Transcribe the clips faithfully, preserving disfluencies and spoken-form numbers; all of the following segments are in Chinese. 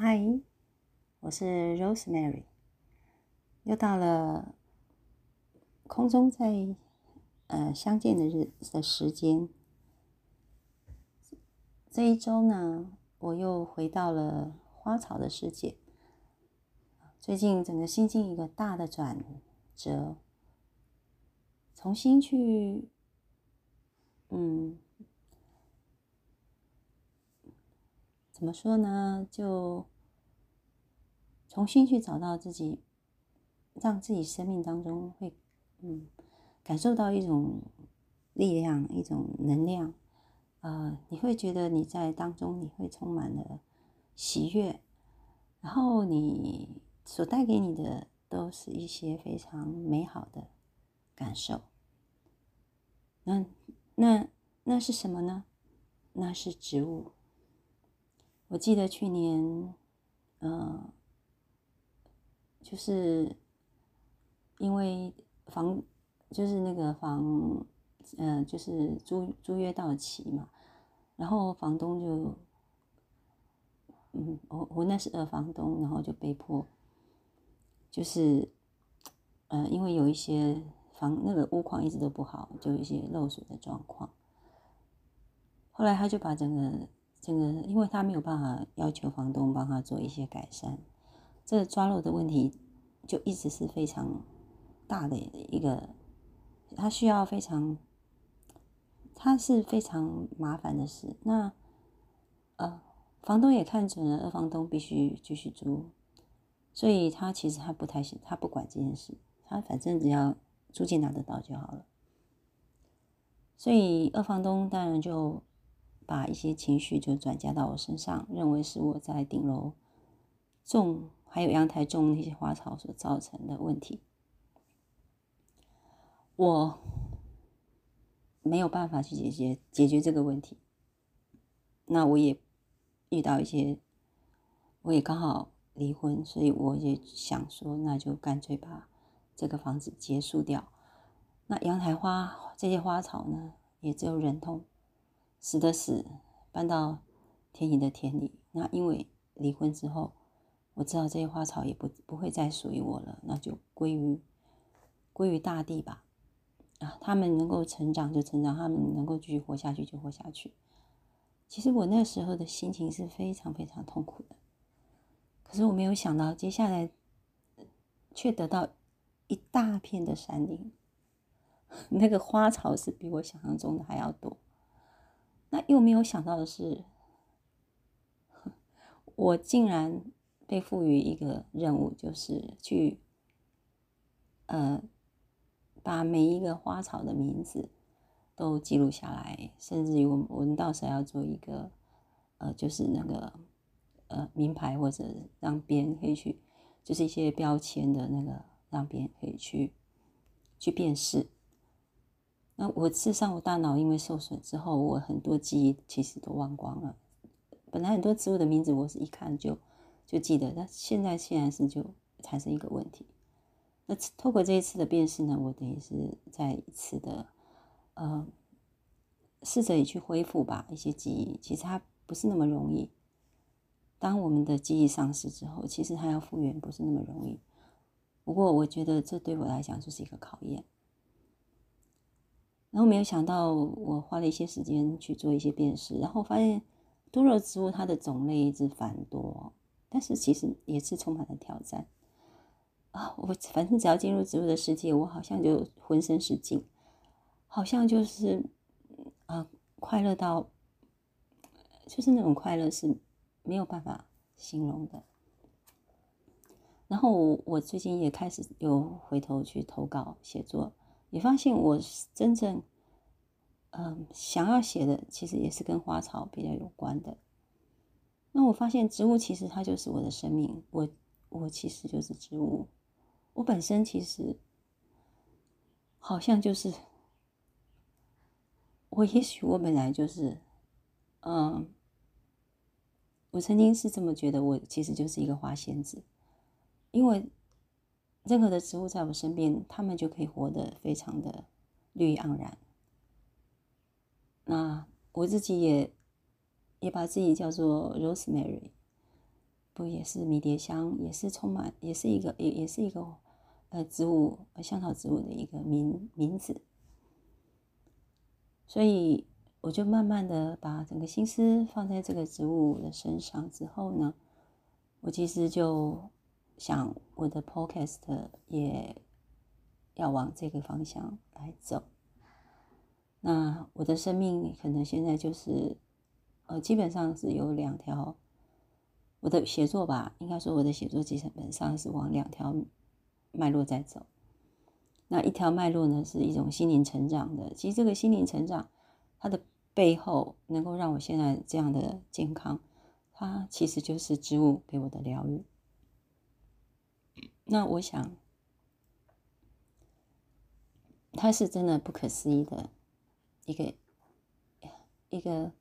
嗨，我是 Rosemary，又到了空中在呃相见的日的时间。这一周呢，我又回到了花草的世界。最近整个心境一个大的转折，重新去嗯怎么说呢？就重新去找到自己，让自己生命当中会嗯感受到一种力量，一种能量。呃，你会觉得你在当中你会充满了喜悦，然后你所带给你的都是一些非常美好的感受。那那那是什么呢？那是植物。我记得去年，呃，就是因为房，就是那个房，呃，就是租租约到期嘛，然后房东就，嗯，我我那是二房东，然后就被迫，就是，呃，因为有一些房那个屋况一直都不好，就有一些漏水的状况。后来他就把整个整个，因为他没有办法要求房东帮他做一些改善，这个抓漏的问题就一直是非常大的一个，他需要非常，他是非常麻烦的事。那呃，房东也看准了二房东必须继续租，所以他其实他不太他不管这件事，他反正只要租金拿得到就好了。所以二房东当然就把一些情绪就转嫁到我身上，认为是我在顶楼种还有阳台种那些花草所造成的问题。我没有办法去解决解决这个问题，那我也遇到一些，我也刚好离婚，所以我也想说，那就干脆把这个房子结束掉。那阳台花这些花草呢，也只有忍痛，死的死，搬到天意的天里。那因为离婚之后，我知道这些花草也不不会再属于我了，那就归于归于大地吧。啊，他们能够成长就成长，他们能够继续活下去就活下去。其实我那时候的心情是非常非常痛苦的，可是我没有想到接下来却得到一大片的山林，那个花草是比我想象中的还要多。那又没有想到的是，我竟然被赋予一个任务，就是去呃把每一个花草的名字都记录下来，甚至于我我们到时候要做一个呃，就是那个呃名牌，或者让别人可以去，就是一些标签的那个，让别人可以去去辨识。那我事实上，我大脑因为受损之后，我很多记忆其实都忘光了。本来很多植物的名字，我是一看就就记得，但现在现在是就产生一个问题。那透过这一次的辨识呢，我等于是在一次的呃试着也去恢复吧一些记忆，其实它不是那么容易。当我们的记忆丧失之后，其实它要复原不是那么容易。不过我觉得这对我来讲就是一个考验。然后没有想到，我花了一些时间去做一些辨识，然后发现多肉植物它的种类一直繁多，但是其实也是充满了挑战啊！我反正只要进入植物的世界，我好像就浑身是劲，好像就是啊快乐到，就是那种快乐是没有办法形容的。然后我最近也开始又回头去投稿写作，也发现我真正嗯想要写的其实也是跟花草比较有关的。那我发现植物其实它就是我的生命，我我其实就是植物，我本身其实好像就是我，也许我本来就是嗯，我曾经是这么觉得，我其实就是一个花仙子，因为任何的植物在我身边，它们就可以活得非常的绿意盎然。那我自己也也把自己叫做 Rosemary， 不也是迷迭香，也是充满，也是一个也也是一个呃植物，香草植物的一个名名字。所以我就慢慢的把整个心思放在这个植物的身上之后呢，我其实就想我的 podcast 也要往这个方向来走。那我的生命可能现在就是呃基本上是有两条，我的写作吧，应该说我的写作基本上是往两条脉络在走。那一条脉络呢，是一种心灵成长的。其实这个心灵成长，它的背后能够让我现在这样的健康，它其实就是植物给我的疗愈。那我想，它是真的不可思议的一个一个，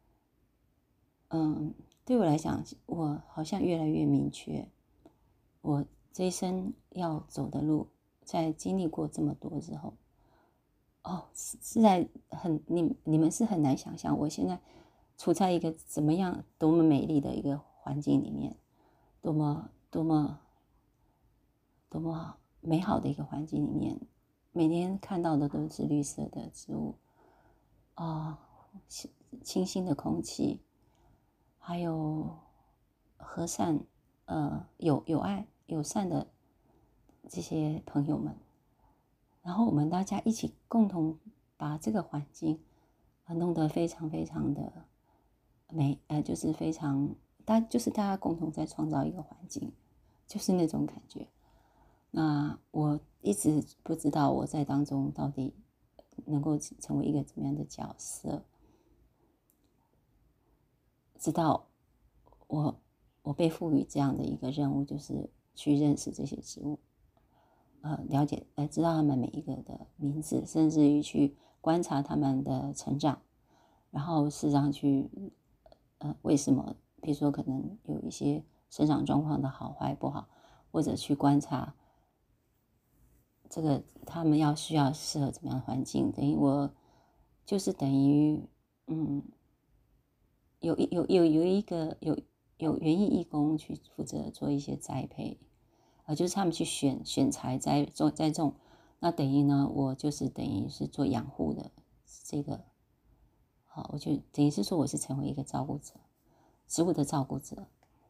嗯，对我来讲，我好像越来越明确，我这一生要走的路，在经历过这么多之后，哦，是在很你你们是很难想象，我现在处在一个怎么样多么美丽的一个环境里面，多么多么多么美好的一个环境里面，每天看到的都是绿色的植物啊，清新的空气，还有和善呃有有爱友善的这些朋友们。然后我们大家一起共同把这个环境啊弄得非常非常的美，呃，就是非常大，就是大家共同在创造一个环境，就是那种感觉。那我一直不知道我在当中到底能够成为一个怎么样的角色，直到我我被赋予这样的一个任务，就是去认识这些植物。呃，了解，呃，知道他们每一个的名字，甚至于去观察他们的成长，然后事实上去，呃，为什么，比如说可能有一些生长状况的好坏不好，或者去观察这个他们要需要适合怎么样的环境，等于我就是等于，嗯，有有有有一个有有园艺义工去负责做一些栽培。啊，就是他们去选选材栽种栽种，那等于呢，我就是等于是做养护的这个，好，我就等于是说我是成为一个照顾者，植物的照顾者。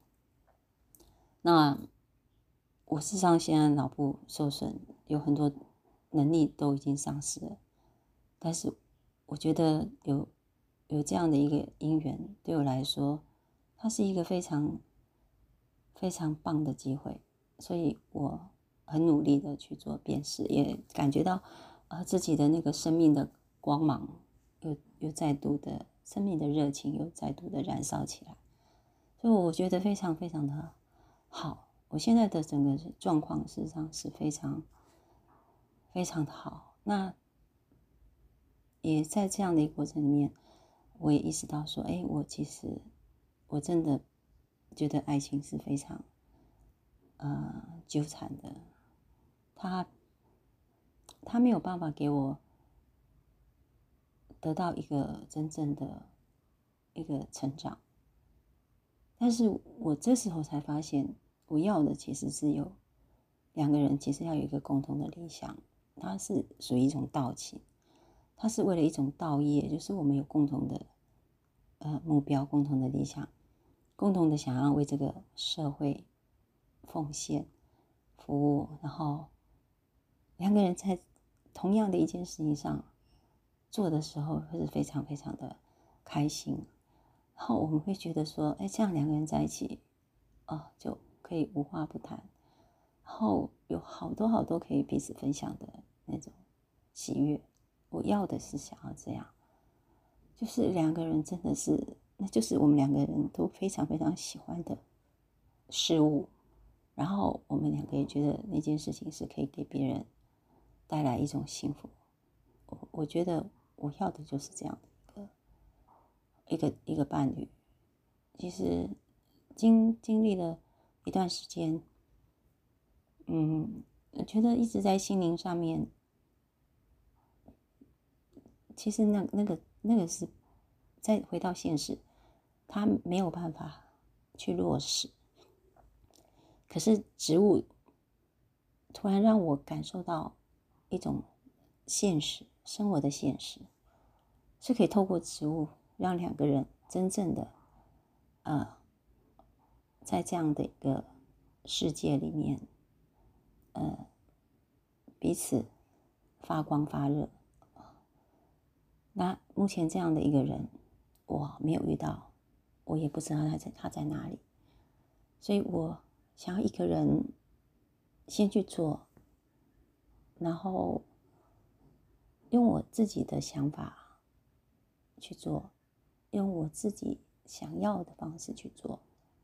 那我事实上现在脑部受损，有很多能力都已经丧失了，但是我觉得有有这样的一个因缘，对我来说，它是一个非常非常棒的机会。所以我很努力的去做辨识，也感觉到呃自己的那个生命的光芒又又再度的生命的热情又再度的燃烧起来，所以我觉得非常非常的好。我现在的整个状况事实上是非常非常的好。那也在这样的一个过程里面，我也意识到说，哎，我其实我真的觉得爱情是非常呃纠缠的，他他没有办法给我得到一个真正的一个成长，但是我这时候才发现，我要的其实是有两个人，其实要有一个共同的理想，它是属于一种道情，它是为了一种道业，就是我们有共同的呃目标、共同的理想，共同的想要为这个社会奉献、服务，然后两个人在同样的一件事情上做的时候，会是非常非常的开心。然后我们会觉得说，哎，这样两个人在一起，哦，就可以无话不谈，然后有好多好多可以彼此分享的那种喜悦。我要的是想要这样，就是两个人真的是，那就是我们两个人都非常非常喜欢的事物，然后我们两个也觉得那件事情是可以给别人带来一种幸福。我我觉得我要的就是这样的一个一个一个伴侣。其实经经历了一段时间，嗯，我觉得一直在心灵上面，其实那那个那个是再回到现实，他没有办法去落实。 可是植物突然让我感受到一种现实，生活的现实，是可以透过植物让两个人真正的呃，在这样的一个世界里面，呃，彼此发光发热。那目前这样的一个人，我没有遇到，我也不知道他在他在哪里，所以我想要一个人先去做，然后用我自己的想法去做，用我自己想要的方式去做。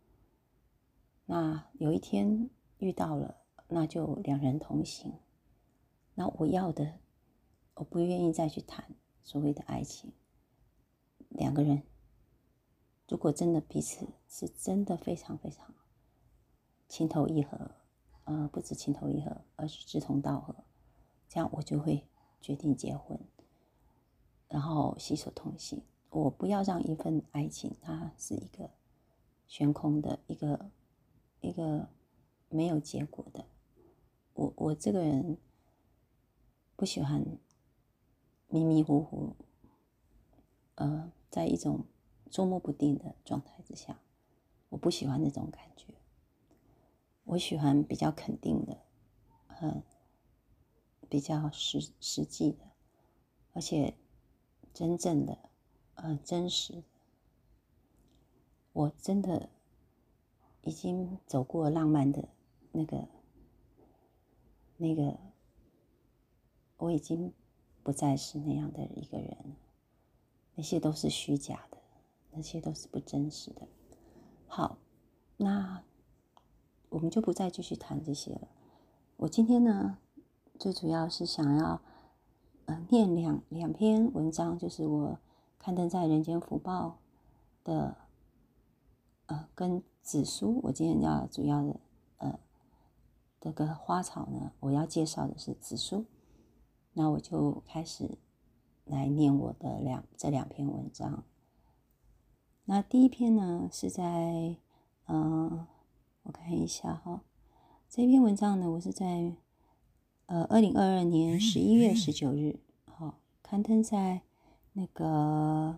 那有一天遇到了，那就两人同行。那我要的，我不愿意再去谈所谓的爱情。两个人如果真的彼此是真的非常非常情投意合，呃，不止情投意合，而是志同道合，这样我就会决定结婚，然后携手同行。我不要让一份爱情它是一个悬空的，一个一个没有结果的。我我这个人不喜欢迷迷糊糊，呃，在一种捉摸不定的状态之下，我不喜欢那种感觉。我喜欢比较肯定的，呃，比较实实际的，而且真正的，呃，真实的。我真的已经走过浪漫的那个那个，我已经不再是那样的一个人了。那些都是虚假的，那些都是不真实的。好，那我们就不再继续谈这些了。我今天呢，最主要是想要呃念两两篇文章，就是我刊登在《人间福报》的呃跟紫苏。我今天要主要的呃这个花草呢，我要介绍的是紫苏。那我就开始来念我的两这两篇文章。那第一篇呢是在嗯、呃，我看一下哈，这篇文章呢，我是在呃二零二二年十一月十九日，好，刊登在那个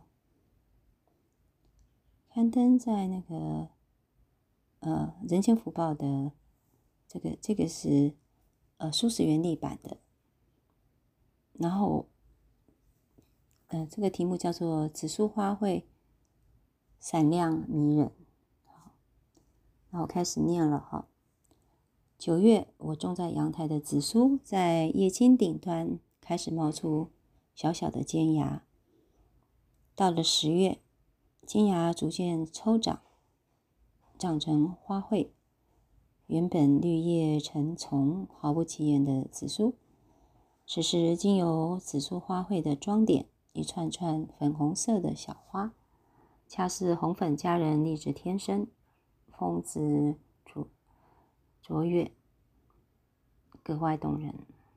刊登在那个呃人间福报的这个这个是呃苏轼原历版的，然后呃这个题目叫做紫苏花卉闪亮迷人。好，那我开始念了哈。九月，我种在阳台的紫苏在叶茎顶端开始冒出小小的尖芽。到了十月，尖芽逐渐抽长，长成花卉。原本绿叶成丛、毫不起眼的紫苏，此时经由紫苏花卉的装点，一串串粉红色的小花，恰似红粉佳人丽质天生，风姿卓卓越，格外动人。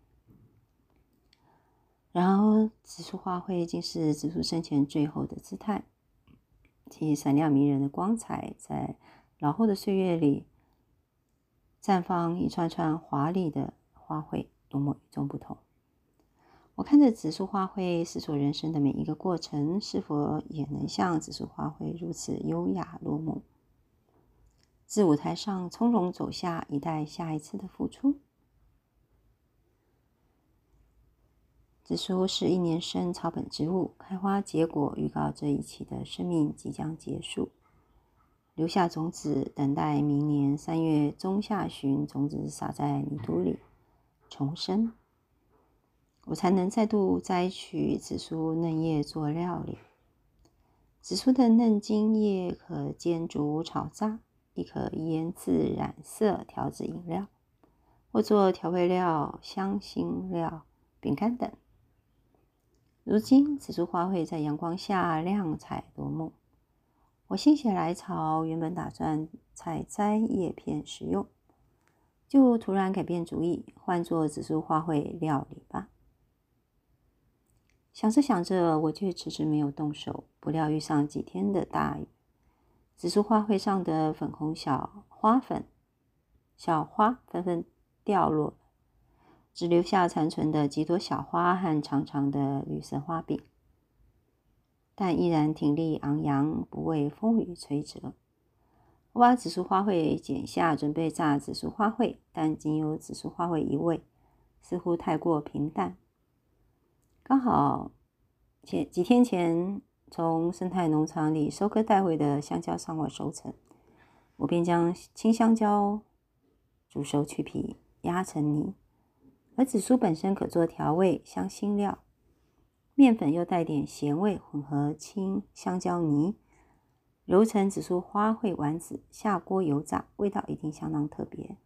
然而，紫苏花卉竟是紫苏生前最后的姿态，其闪亮迷人的光彩，在老后的岁月里，绽放一串串华丽的花卉，多么与众不同。我看着紫苏花卉思索人生的每一个过程，是否也能像紫苏花卉如此优雅落幕，自舞台上从容走下，以待下一次的付出。紫苏是一年生草本植物，开花结果预告这一期的生命即将结束，留下种子，等待明年三月中下旬种子撒在泥土里重生，我才能再度摘取紫苏嫩叶做料理。紫苏的嫩茎叶可煎煮炒炸，亦可腌制染色调制饮料，或做调味料、香辛料、饼干等。如今紫苏花卉在阳光下亮彩夺目，我心血来潮，原本打算采摘叶片食用，就突然改变主意，换做紫苏花卉料理吧。想着想着，我却迟迟没有动手，不料遇上几天的大雨，紫苏花卉上的粉红小花粉小花纷纷掉落，只留下残存的几朵小花和长长的绿色花柄，但依然挺立昂扬，不畏风雨摧折。我把紫苏花卉剪下，准备榨紫苏花卉，但仅有紫苏花卉一味，似乎太过平淡。刚好前几天前从生态农场里收割带回的香蕉尚未熟成，我便将青香蕉煮熟去皮，压成泥。而紫苏本身可做调味香辛料，面粉又带点咸味，混合青香蕉泥，揉成紫苏花卉丸子，下锅油炸，味道一定相当特别。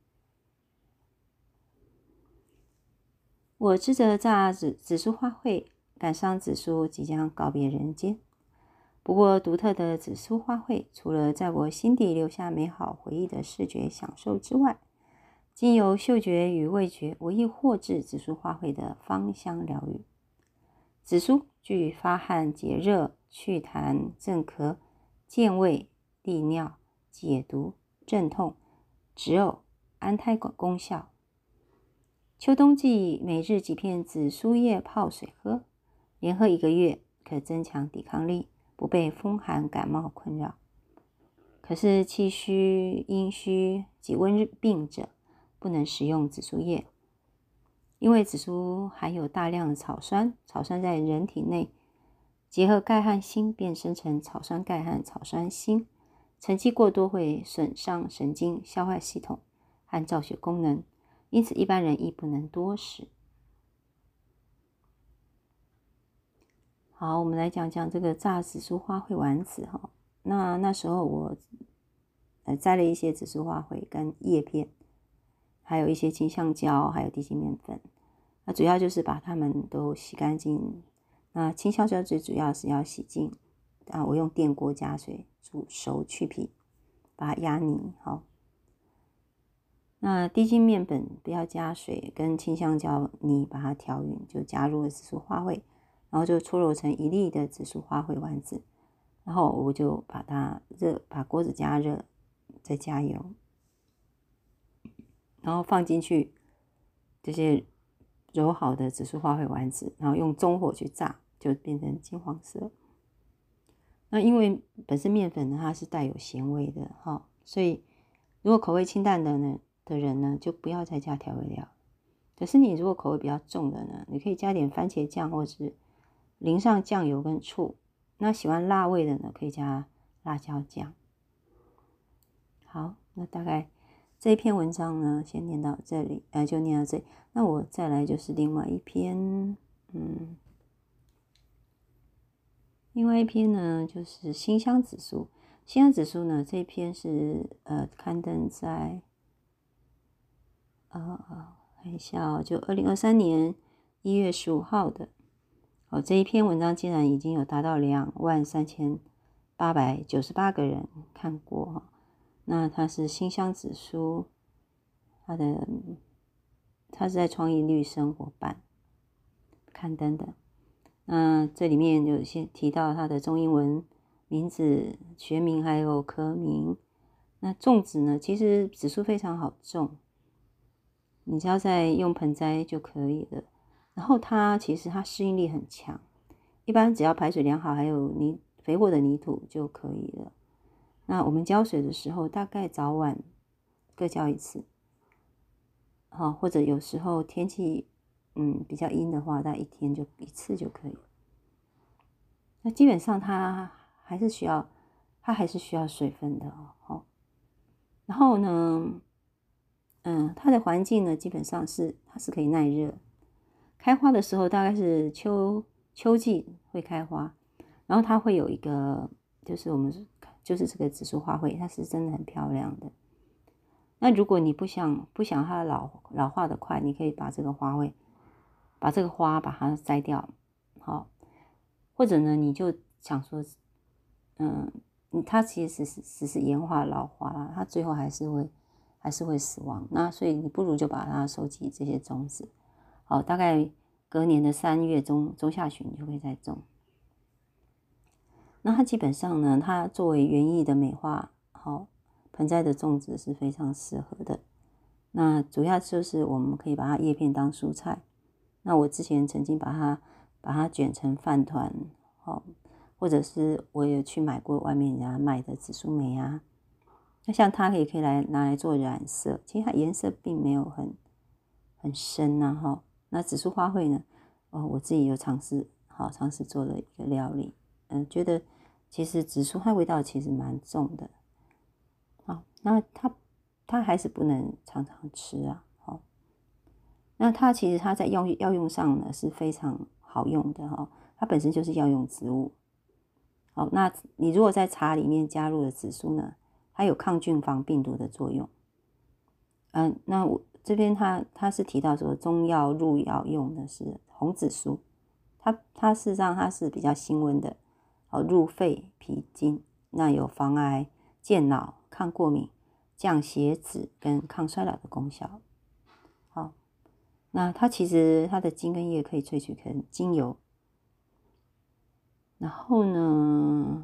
我吃着榨紫紫苏花卉，感伤紫苏即将告别人间。不过独特的紫苏花卉，除了在我心底留下美好回忆的视觉享受之外，经由嗅觉与味觉，我亦获致紫苏花卉的芳香疗愈。紫苏具发汗解热、祛痰镇咳、健胃利尿、解毒镇痛、止呕安胎功效。秋冬季每日几片紫苏叶泡水喝，连喝一个月，可增强抵抗力，不被风寒感冒困扰。可是气虚、阴虚及温病者不能食用紫苏叶，因为紫苏含有大量的草酸，草酸在人体内结合钙和锌，便生成草酸钙和草酸锌，沉积过多会损伤神经、消化系统和造血功能，因此一般人亦不能多食。好，我们来讲讲这个榨紫苏花卉丸子哈。那那时候我呃摘了一些紫苏花卉跟叶片，还有一些青香蕉，还有低筋面粉。那主要就是把它们都洗干净。那青香蕉最主要是要洗净啊，我用电锅加水煮熟去皮，把它压泥。好，那低筋面粉不要加水，跟青香蕉泥把它调匀，就加入了紫苏花卉，然后就搓揉成一粒的紫苏花卉丸子。然后我就把它热，把锅子加热，再加油，然后放进去这些揉好的紫苏花卉丸子，然后用中火去炸，就变成金黄色。那因为本身面粉呢，它是带有咸味的哈，所以如果口味清淡的呢的人呢，就不要再加调味料。可是你如果口味比较重的呢，你可以加点番茄酱，或是淋上酱油跟醋。那喜欢辣味的呢，可以加辣椒酱。好，那大概这一篇文章呢，先念到这里，呃，就念到这里。那我再来就是另外一篇，嗯，另外一篇呢，就是馨香紫苏。馨香紫苏呢，这一篇是呃刊登在呃看一下哦，就二零二三年一月十五号的。哦，这一篇文章竟然已经有达到两万三千八百九十八个人看过哈。那它是馨香紫苏，它的它是在创意绿生活版刊登的。那这里面有些提到它的中英文名字、学名还有科名。那种植呢，其实紫苏非常好种，你只要在用盆栽就可以了。然后它其实它适应力很强，一般只要排水良好，还有泥肥沃的泥土就可以了。那我们浇水的时候，大概早晚各浇一次，好，或者有时候天气嗯比较阴的话，大概一天就一次就可以。那基本上它还是需要，它还是需要水分的哦。然后呢，嗯，它的环境呢，基本上是它是可以耐热。开花的时候大概是秋秋季会开花，然后它会有一个，就是我们就是这个紫苏花卉，它是真的很漂亮的。那如果你不想不想它老老化的快，你可以把这个花卉，把这个花把它摘掉，好，或者呢你就想说，嗯，它其实是只是延化老化啦，它最后还是会还是会死亡。那所以你不如就把它收集这些种子。好，大概隔年的三月中中下旬就会再种。那它基本上呢，它作为园艺的美化，好盆栽的种植是非常适合的。 那主要就是我们可以把它叶片当蔬菜。那我之前曾经把它把它卷成饭团，哦，或者是我也去买过外面人家卖的紫苏梅啊。那像它也可以来拿来做染色，其实它颜色并没有很很深呐、啊，哈。那紫苏花卉呢，哦，我自己有尝试，好尝试做了一个料理，嗯，觉得其实紫苏它味道其实蛮重的，好，那它它还是不能常常吃啊，好，那它其实它在药药用上呢是非常好用的哈，它本身就是药用植物，好，那你如果在茶里面加入了紫苏呢，它有抗菌防病毒的作用，嗯，那我这边它它是提到说中药入药用的是红紫苏，它它事实上它是比较辛温的，哦，入肺脾经，那有防癌、健脑、抗过敏、降血脂跟抗衰老的功效。好，那它其实它的茎跟叶可以萃取成精油，然后呢，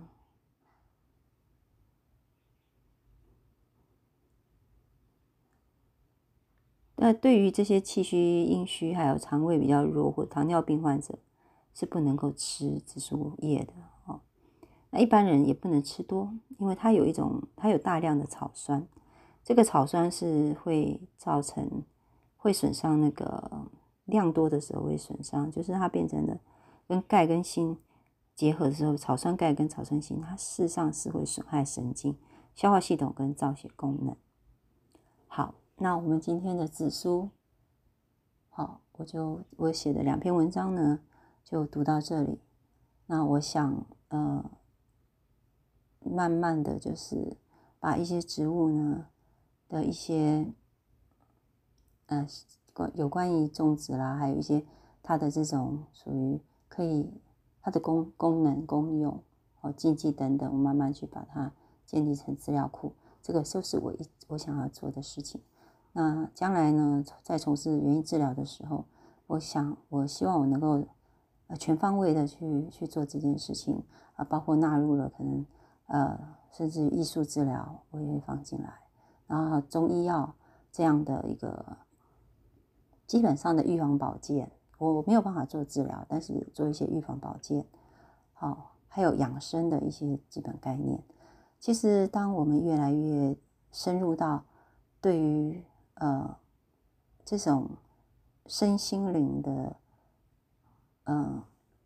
那对于这些气虚、阴虚，还有肠胃比较弱或糖尿病患者，是不能够吃紫苏叶的哦。那一般人也不能吃多，因为它有一种，它有大量的草酸，这个草酸是会造成会损伤那个量多的时候会损伤，就是它变成了跟钙跟锌结合的时候，草酸钙跟草酸锌，它事实上是会损害神经、消化系统跟造血功能。好，那我们今天的紫苏，好，我就我写的两篇文章呢，就读到这里。那我想，呃，慢慢的就是把一些植物呢的一些，呃，有关于种植啦，还有一些它的这种属于可以它的功功能、功用、哦禁忌等等，我慢慢去把它建立成资料库。这个就是我一我想要做的事情。那将来呢，在从事园艺治疗的时候，我想我希望我能够呃全方位的去去做这件事情啊，包括纳入了可能呃甚至艺术治疗我也会放进来，然后中医药这样的一个基本上的预防保健，我没有办法做治疗，但是做一些预防保健，好、哦，还有养生的一些基本概念。其实，当我们越来越深入到对于呃这种身心灵的呃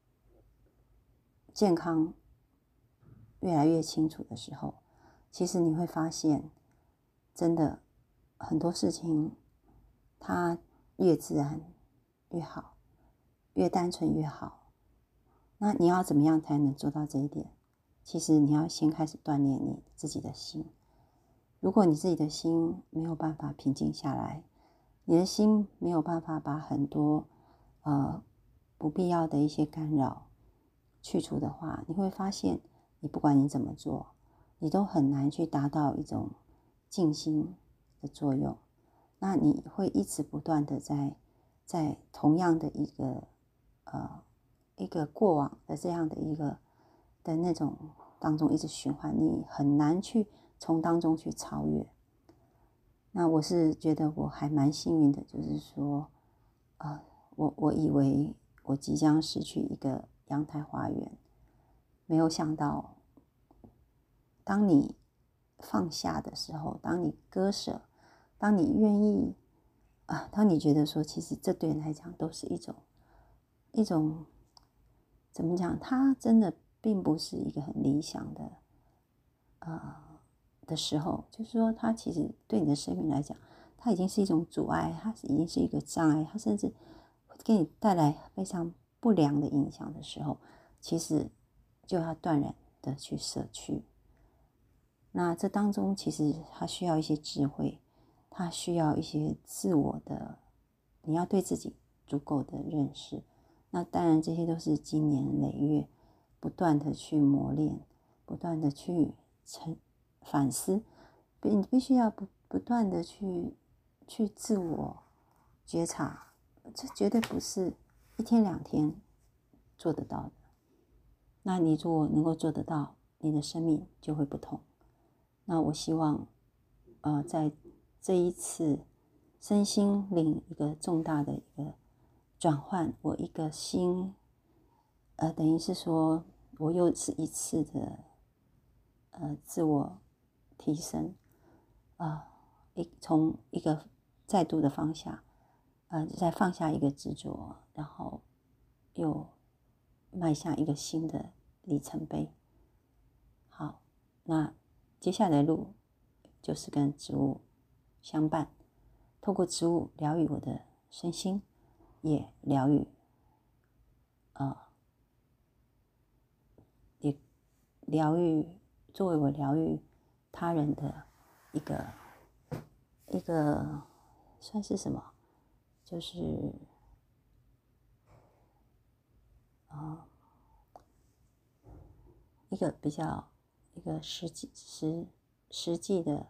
健康越来越清楚的时候，其实你会发现，真的很多事情它越自然越好，越单纯越好。那你要怎么样才能做到这一点？其实你要先开始锻炼你自己的心。如果你自己的心没有办法平静下来，你的心没有办法把很多呃不必要的一些干扰去除的话，你会发现，你不管你怎么做，你都很难去达到一种静心的作用。那你会一直不断的在在同样的一个呃一个过往的这样的一个的那种当中一直循环，你很难去从当中去超越。那我是觉得我还蛮幸运的，就是说，呃，我我以为我即将失去一个阳台花园，没有想到，当你放下的时候，当你割舍，当你愿意啊，当你觉得说，其实这对你来讲都是一种一种怎么讲？它真的并不是一个很理想的呃的时候，就是说，它其实对你的生命来讲，它已经是一种阻碍，它已经是一个障碍，它甚至会给你带来非常不良的影响的时候，其实就要断然的去舍去。那这当中其实它需要一些智慧，它需要一些自我的，你要对自己足够的认识。那当然这些都是经年累月不断的去磨练，不断的去成反思，你必须要不不断的去去自我觉察，这绝对不是一天两天做得到的。那你如果能够做得到，你的生命就会不同。那我希望，呃，在这一次身心灵一个重大的一个转换，我一个心，呃，等于是说我又是一次的呃自我提升，啊、呃，一从一个再度的放下，呃，再放下一个执着，然后又迈向一个新的里程碑。好，那接下来的路就是跟植物相伴，透过植物疗愈我的身心，也疗愈，呃，也疗愈作为我疗愈他人的一个一个算是什么？就是啊、呃，一个比较一个实际实实际的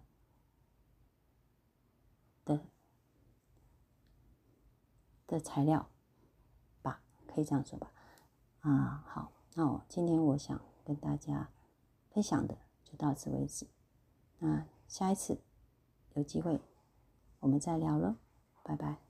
的的材料吧，可以这样说吧。啊，好，那我今天我想跟大家分享的就到此为止。那下一次有机会我们再聊了，拜拜。